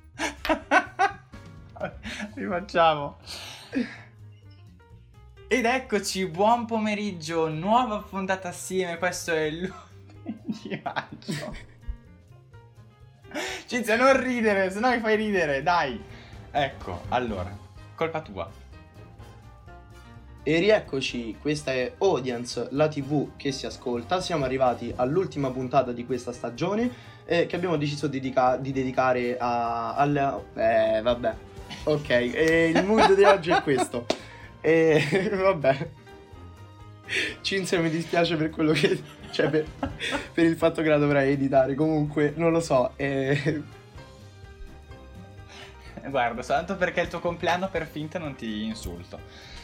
Rifacciamo. Ed eccoci, buon pomeriggio, nuova puntata assieme. Questo è l'11 maggio. Cinzia, non ridere, sennò mi fai ridere, dai. Ecco, allora, colpa tua. E rieccoci, questa è Audience, la TV che si ascolta. Siamo arrivati all'ultima puntata di questa stagione, che abbiamo deciso di dedicare vabbè. Ok, il mood di oggi è questo. Vabbè. Cinzia, mi dispiace per quello che... Cioè, per il fatto che la dovrai editare. Comunque, non lo so. Guarda, soltanto perché è il tuo compleanno, per finta non ti insulto.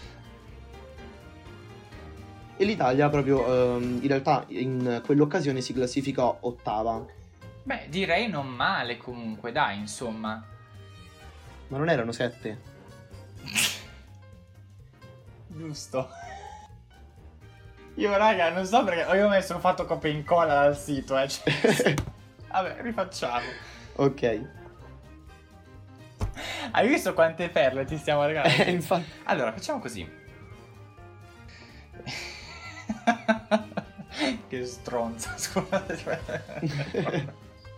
E l'Italia proprio, in realtà, in quell'occasione si classificò ottava. Beh, direi non male comunque, dai, insomma. Ma non erano 7? Giusto. Io, raga, non so perché io mi sono fatto copia e incolla dal sito, cioè. Vabbè, rifacciamo. Ok. Hai visto quante perle ti stiamo regalando? Infatti. Allora, facciamo così. Che stronza, scusate.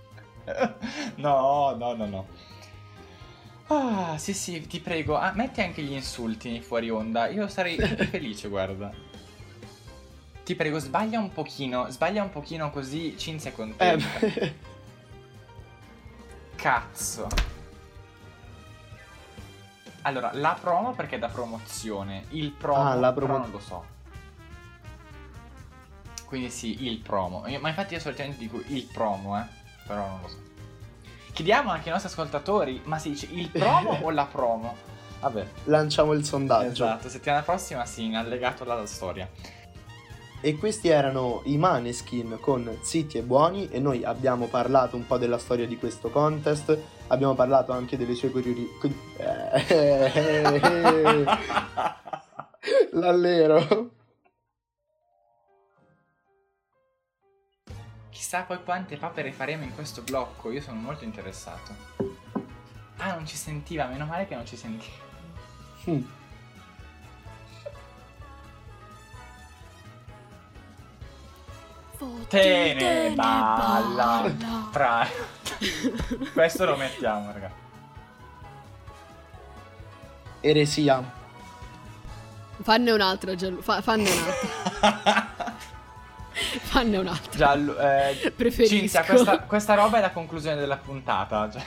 No. Ah, sì, ti prego. Metti anche gli insulti fuori onda. Io sarei felice, guarda. Ti prego, sbaglia un pochino così Cinzia è contenta. Cazzo. Allora, la promo perché è da promozione. Il promo, la però non lo so. Quindi sì, il promo. Ma infatti io solitamente dico il promo, però non lo so. Chiediamo anche ai nostri ascoltatori, ma si dice il promo o la promo? Vabbè. Lanciamo il sondaggio. Esatto, settimana prossima sì, in allegato alla storia. E questi erano i Maneskin con Zitti e Buoni, e noi abbiamo parlato un po' della storia di questo contest, abbiamo parlato anche delle sue L'allero. Chissà poi quante papere faremo in questo blocco, io sono molto interessato. Ah, non ci sentiva, meno male che non ci sentiva. Te ne balla. Questo lo mettiamo, raga. Eresia. Fanne un'altra, fanne un'altra. Fanne un'altra. Giallo, Preferisco. Cinzia, questa roba è la conclusione della puntata. Cioè.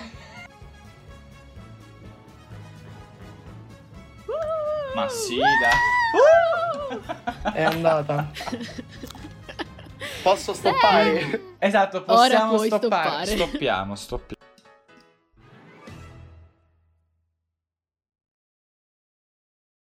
Ma sì, dai. È andata. Posso stoppare? Esatto, Ora possiamo puoi stoppare. stoppare. Stoppiamo.